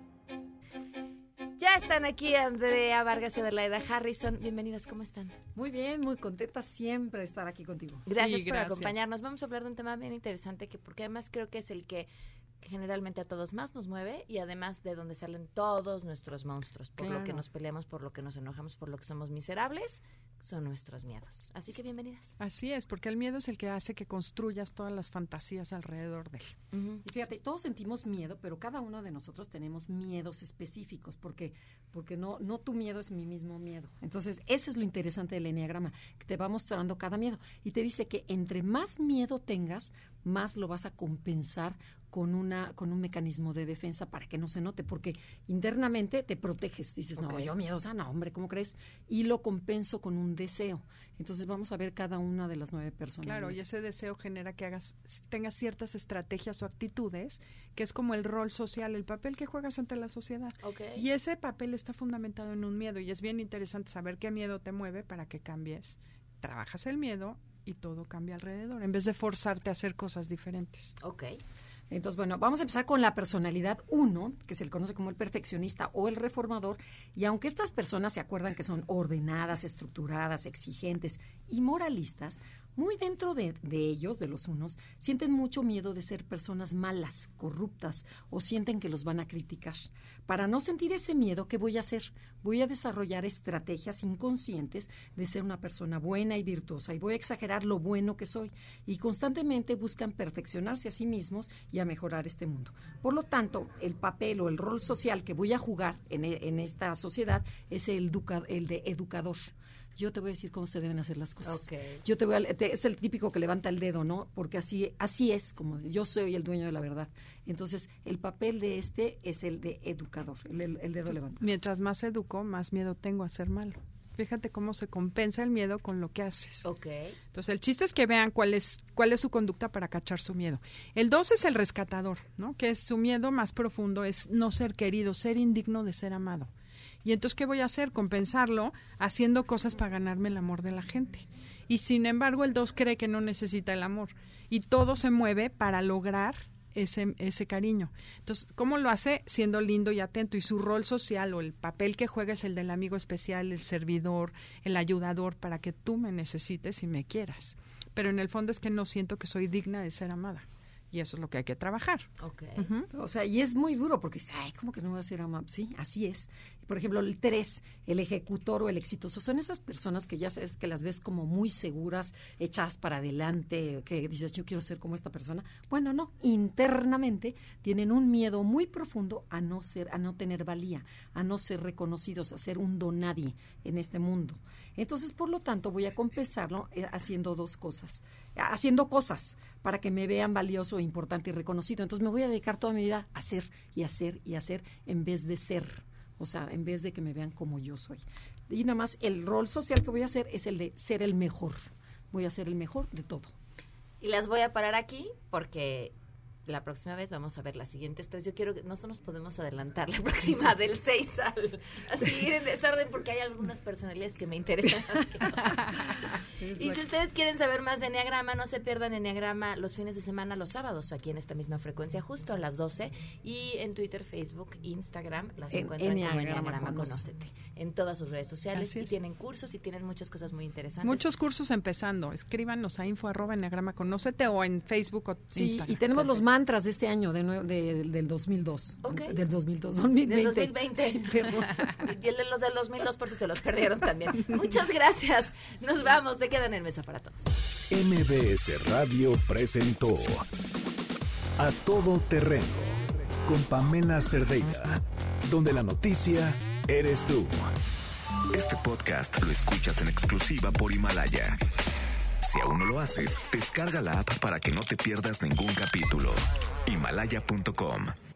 Ya están aquí Andrea Vargas y Adelaida Harrison. Bienvenidas, ¿cómo están? Muy bien, muy contenta siempre de estar aquí contigo. Gracias por acompañarnos. Vamos a hablar de un tema bien interesante porque además creo que es el que generalmente a todos más nos mueve y además de donde salen todos nuestros monstruos, por lo que nos peleamos, por lo que nos enojamos, por lo que somos miserables, son nuestros miedos. Así que bienvenidas. Así es, porque el miedo es el que hace que construyas todas las fantasías alrededor de él. Y fíjate, todos sentimos miedo, pero cada uno de nosotros tenemos miedos específicos, porque no tu miedo es mi mismo miedo. Entonces, ese es lo interesante del enneagrama, que te va mostrando cada miedo y te dice que entre más miedo tengas, más lo vas a compensar con un mecanismo de defensa para que no se note, porque internamente te proteges, dices, no, yo miedosa, no, hombre, ¿cómo crees? Y lo compenso con un deseo. Entonces vamos a ver cada una de las 9 personas. Claro, y ese deseo genera que tengas ciertas estrategias o actitudes, que es como el rol social, el papel que juegas ante la sociedad. Y ese papel está fundamentado en un miedo, y es bien interesante saber qué miedo te mueve para que cambies. Trabajas el miedo y todo cambia alrededor, en vez de forzarte a hacer cosas diferentes. Entonces, bueno, vamos a empezar con la personalidad 1, que se le conoce como el perfeccionista o el reformador, y aunque estas personas se acuerdan que son ordenadas, estructuradas, exigentes y moralistas, muy dentro de ellos, de los unos, sienten mucho miedo de ser personas malas, corruptas, o sienten que los van a criticar. Para no sentir ese miedo, ¿qué voy a hacer? Voy a desarrollar estrategias inconscientes de ser una persona buena y virtuosa, y voy a exagerar lo bueno que soy, y constantemente buscan perfeccionarse a sí mismos y a mejorar este mundo. Por lo tanto, el papel o el rol social que voy a jugar en esta sociedad es el de educador. Yo te voy a decir cómo se deben hacer las cosas. Yo es el típico que levanta el dedo, ¿no? Porque así es, como yo soy el dueño de la verdad. Entonces, el papel de este es el de educador, el dedo levantado. Mientras más educo, más miedo tengo a ser malo. Fíjate cómo se compensa el miedo con lo que haces. Entonces, el chiste es que vean cuál es su conducta para cachar su miedo. El 2 es el rescatador, ¿no? Que es su miedo más profundo, es no ser querido, ser indigno de ser amado. Y entonces, ¿qué voy a hacer? Compensarlo haciendo cosas para ganarme el amor de la gente. Y sin embargo, el 2 cree que no necesita el amor. Y todo se mueve para lograr ese cariño. Entonces, ¿cómo lo hace? Siendo lindo y atento. Y su rol social o el papel que juega es el del amigo especial, el servidor, el ayudador, para que tú me necesites y me quieras. Pero en el fondo es que no siento que soy digna de ser amada. Y eso es lo que hay que trabajar. O sea, y es muy duro porque, ¿cómo que no va a ser amable? Sí, así es. Por ejemplo, el 3, el ejecutor o el exitoso, son esas personas que ya sabes que las ves como muy seguras, echadas para adelante, que dices, yo quiero ser como esta persona. Bueno, no, internamente tienen un miedo muy profundo a no tener valía, a no ser reconocidos, a ser un donadie en este mundo. Entonces, por lo tanto, voy a compensarlo haciendo 2 cosas. Haciendo cosas para que me vean valioso, importante y reconocido. Entonces me voy a dedicar toda mi vida a hacer y hacer y hacer en vez de ser, o sea, en vez de que me vean como yo soy. Y nada más el rol social que voy a hacer es el de ser el mejor. Voy a ser el mejor de todo. Y las voy a parar aquí porque la próxima vez vamos a ver las siguientes 3. Yo quiero que nosotros nos podemos adelantar la próxima del 6 al... Así en desorden porque hay algunas personalidades que me interesan. Y si ustedes quieren saber más de Enneagrama, no se pierdan Enneagrama los fines de semana, los sábados, aquí en esta misma frecuencia, justo a las 12. Y en Twitter, Facebook, Instagram, las encuentran como Enneagrama Conócete. En todas sus redes sociales. Y tienen cursos y tienen muchas cosas muy interesantes. Muchos cursos empezando. Escríbanos a info@enneagramaconócete o en Facebook o Instagram. Y tenemos los mantras de este año, del 2002. Okay. Del 2020. Del 2020. Sí, y los del 2002 por si se los perdieron también. Muchas gracias. Nos vamos. Se quedan en Mesa para Todos. MBS Radio presentó A Todo Terreno con Pamela Cerdeira, donde la noticia eres tú. Este podcast lo escuchas en exclusiva por Himalaya. Si aún no lo haces, descarga la app para que no te pierdas ningún capítulo. Himalaya.com